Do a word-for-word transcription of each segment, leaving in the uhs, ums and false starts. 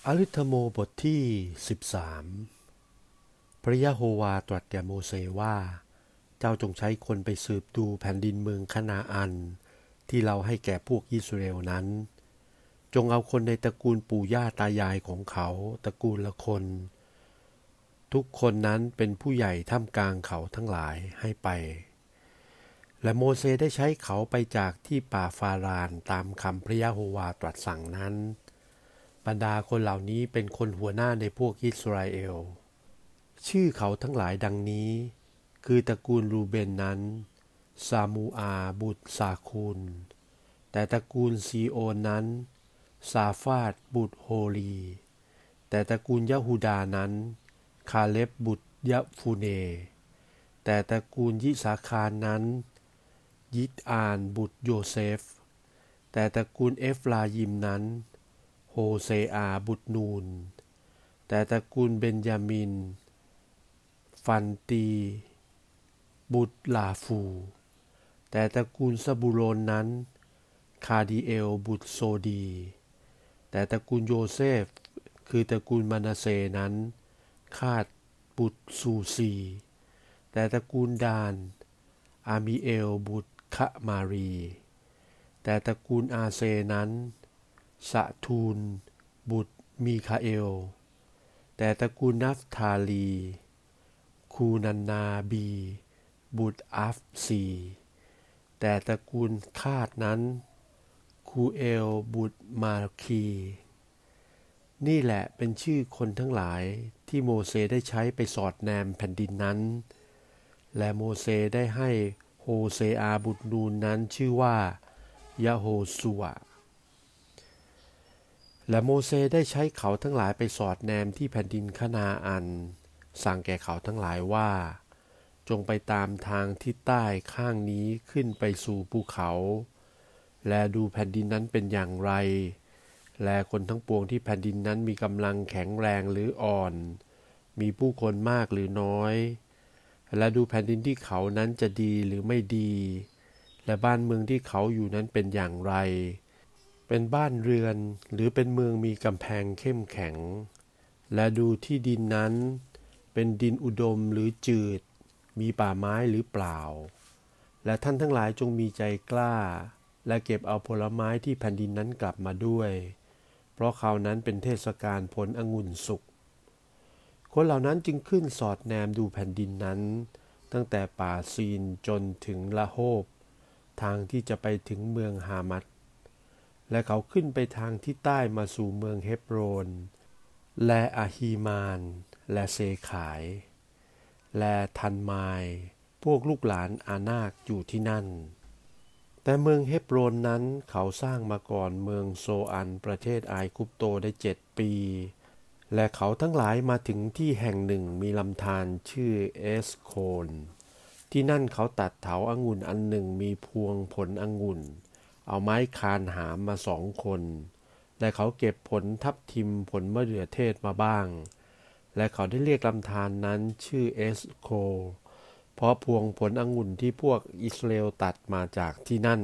อาริธโมบทที่สิบสามพระยะโฮวาตรัสแก่โมเสสว่าเจ้าจงใช้คนไปสืบดูแผ่นดินเมืองคณาอันที่เราให้แก่พวกอิสราเอลนั้นจงเอาคนในตระกูลปู่ย่าตายายของเขาตระกูลละคนทุกคนนั้นเป็นผู้ใหญ่ท่ามกลางเขาทั้งหลายให้ไปและโมเสสได้ใช้เขาไปจากที่ป่าฟารานตามคำพระยะโฮวาตรัสสั่งนั้นบรรดาคนเหล่านี้เป็นคนหัวหน้าในพวกอิสราเอลชื่อเขาทั้งหลายดังนี้คือตระกูลรูเบนนั้นซามูอาบุตรซาคูนแต่ตระกูลซีโอนนั้นซาฟาดบุตรโฮลีแต่ตระกูลยะฮูดานั้นคาเล็บบุตรยะฟูเนแต่ตระกูลยิสาคารนั้นยิดอานบุตรโยเซฟแต่ตระกูลเอฟรายิมนั้นโฮเซอาบุตรนูนแต่ตระกูลเบนยามินฟันตีบุตรลาฟูแต่ตระกูลซะบูโลนนั้นคาดีเอลบุตรโซดีแต่ตระกูลโยเซฟคือตระกูลมานาเซนั้นคาดบุตรซูซีแต่ตระกูลดานอามิเอลบุตรคะมารีแต่ตระกูลอาเซนั้นสะทูลบุตรมีคาเอลแต่ตระกูลนัฟทาลีคูนันนาบีบุตรอัฟซีแต่ตระกูลคาดนั้นคูเอลบุตรมาคีนี่แหละเป็นชื่อคนทั้งหลายที่โมเสสได้ใช้ไปสอดแนมแผ่นดินนั้นและโมเสสได้ให้โฮเซอาบุตรนูนนั้นชื่อว่ายะโฮซัวและโมเสสได้ใช้เขาทั้งหลายไปสอดแนมที่แผ่นดินคณาอันสั่งแก่เขาทั้งหลายว่าจงไปตามทางทิศใต้ข้างนี้ขึ้นไปสู่ภูเขาและดูแผ่นดินนั้นเป็นอย่างไรและคนทั้งปวงที่แผ่นดินนั้นมีกำลังแข็งแรงหรืออ่อนมีผู้คนมากหรือน้อยและดูแผ่นดินที่เขานั้นจะดีหรือไม่ดีและบ้านเมืองที่เขาอยู่นั้นเป็นอย่างไรเป็นบ้านเรือนหรือเป็นเมืองมีกำแพงเข้มแข็งและดูที่ดินนั้นเป็นดินอุดมหรือจืดมีป่าไม้หรือเปล่าและท่านทั้งหลายจงมีใจกล้าและเก็บเอาผลไม้ที่แผ่นดินนั้นกลับมาด้วยเพราะคราวนั้นเป็นเทศกาลผลองุ่นสุกคนเหล่านั้นจึงขึ้นสอดแนมดูแผ่นดินนั้นตั้งแต่ป่าซีนจนถึงละโฮบทางที่จะไปถึงเมืองฮามัดและเขาขึ้นไปทางที่ใต้มาสู่เมืองเฮบโรนและอาฮีมานและเซขายและทันมายพวกลูกหลานอานาคอยู่ที่นั่นแต่เมืองเฮบโรนนั้นเขาสร้างมาก่อนเมืองโซอันประเทศไอกุปโตได้เจ็ดปีและเขาทั้งหลายมาถึงที่แห่งหนึ่งมีลำธารชื่อเอสโคนที่นั่นเขาตัดเถาองุ่นอันหนึ่งมีพวงผลองุ่นเอาไม้คานหามมาสองคนและเขาเก็บผลทับทิมผลมะเดื่อเทศมาบ้างและเขาได้เรียกลำธารนั้นชื่อเอสโคเพราะพวงผลองุ่นที่พวกอิสราเอลตัดมาจากที่นั่น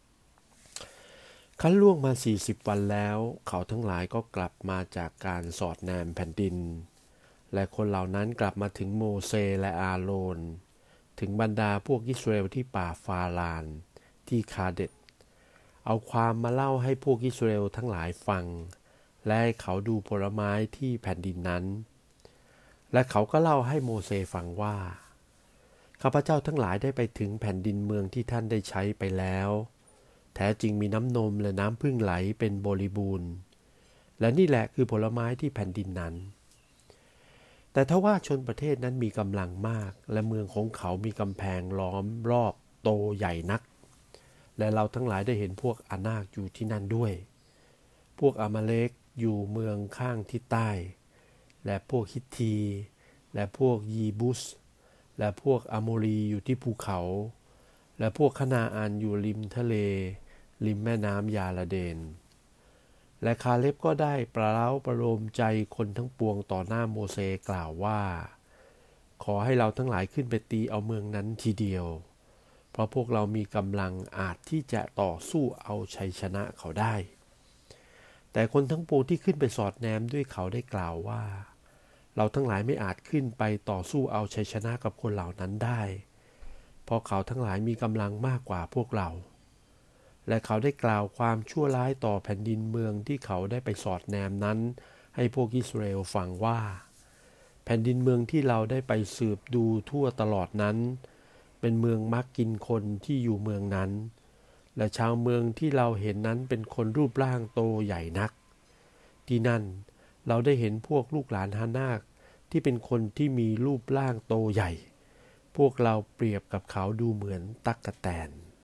คันล่วงมาสี่สิบวันแล้วเขาทั้งหลายก็กลับมาจากการสอดแนมแผ่นดินและคนเหล่านั้นกลับมาถึงโมเสสและอาโรนถึงบรรดาพวกอิสราเอลที่ป่าฟาลานที่คาเดตเอาความมาเล่าให้พวกอิสราเอลทั้งหลายฟังและให้เขาดูผลไม้ที่แผ่นดินนั้นและเขาก็เล่าให้โมเสสฟังว่าข้าพเจ้าทั้งหลายได้ไปถึงแผ่นดินเมืองที่ท่านได้ใช้ไปแล้วแท้จริงมีน้ำนมและน้ำพึ่งไหลเป็นบริบูรณ์และนี่แหละคือผลไม้ที่แผ่นดินนั้นแต่ถ้าว่าชนประเทศนั้นมีกำลังมากและเมืองของเขามีกำแพงล้อมรอบโตใหญ่นักและเราทั้งหลายได้เห็นพวกอานาคอยู่ที่นั่นด้วยพวกอามาเลกอยู่เมืองข้างทิศใต้และพวกฮิตทีและพวกยีบุสและพวกอาโมรีอยู่ที่ภูเขาและพวกคณาอันอยู่ริมทะเลริมแม่น้ำยาลาเดนและคาเล็บก็ได้ประเล้าประโลมใจคนทั้งปวงต่อหน้าโมเสสกล่าวว่าขอให้เราทั้งหลายขึ้นไปตีเอาเมืองนั้นทีเดียวเพราะพวกเรามีกำลังอาจที่จะต่อสู้เอาชัยชนะเขาได้แต่คนทั้งปวงที่ขึ้นไปสอดแนมด้วยเขาได้กล่าวว่าเราทั้งหลายไม่อาจขึ้นไปต่อสู้เอาชัยชนะกับคนเหล่านั้นได้เพราะเขาทั้งหลายมีกำลังมากกว่าพวกเราและเขาได้กล่าวความชั่วร้ายต่อแผ่นดินเมืองที่เขาได้ไปสอดแนมนั้นให้พวกอิสราเอลฟังว่าแผ่นดินเมืองที่เราได้ไปสืบดูทั่วตลอดนั้นเป็นเมืองมักกินคนที่อยู่เมืองนั้นและชาวเมืองที่เราเห็นนั้นเป็นคนรูปร่างโตใหญ่นักที่นั่นเราได้เห็นพวกลูกหลานฮานาคที่เป็นคนที่มีรูปร่างโตใหญ่พวกเราเปรียบกับเขาดูเหมือนตั๊กแตน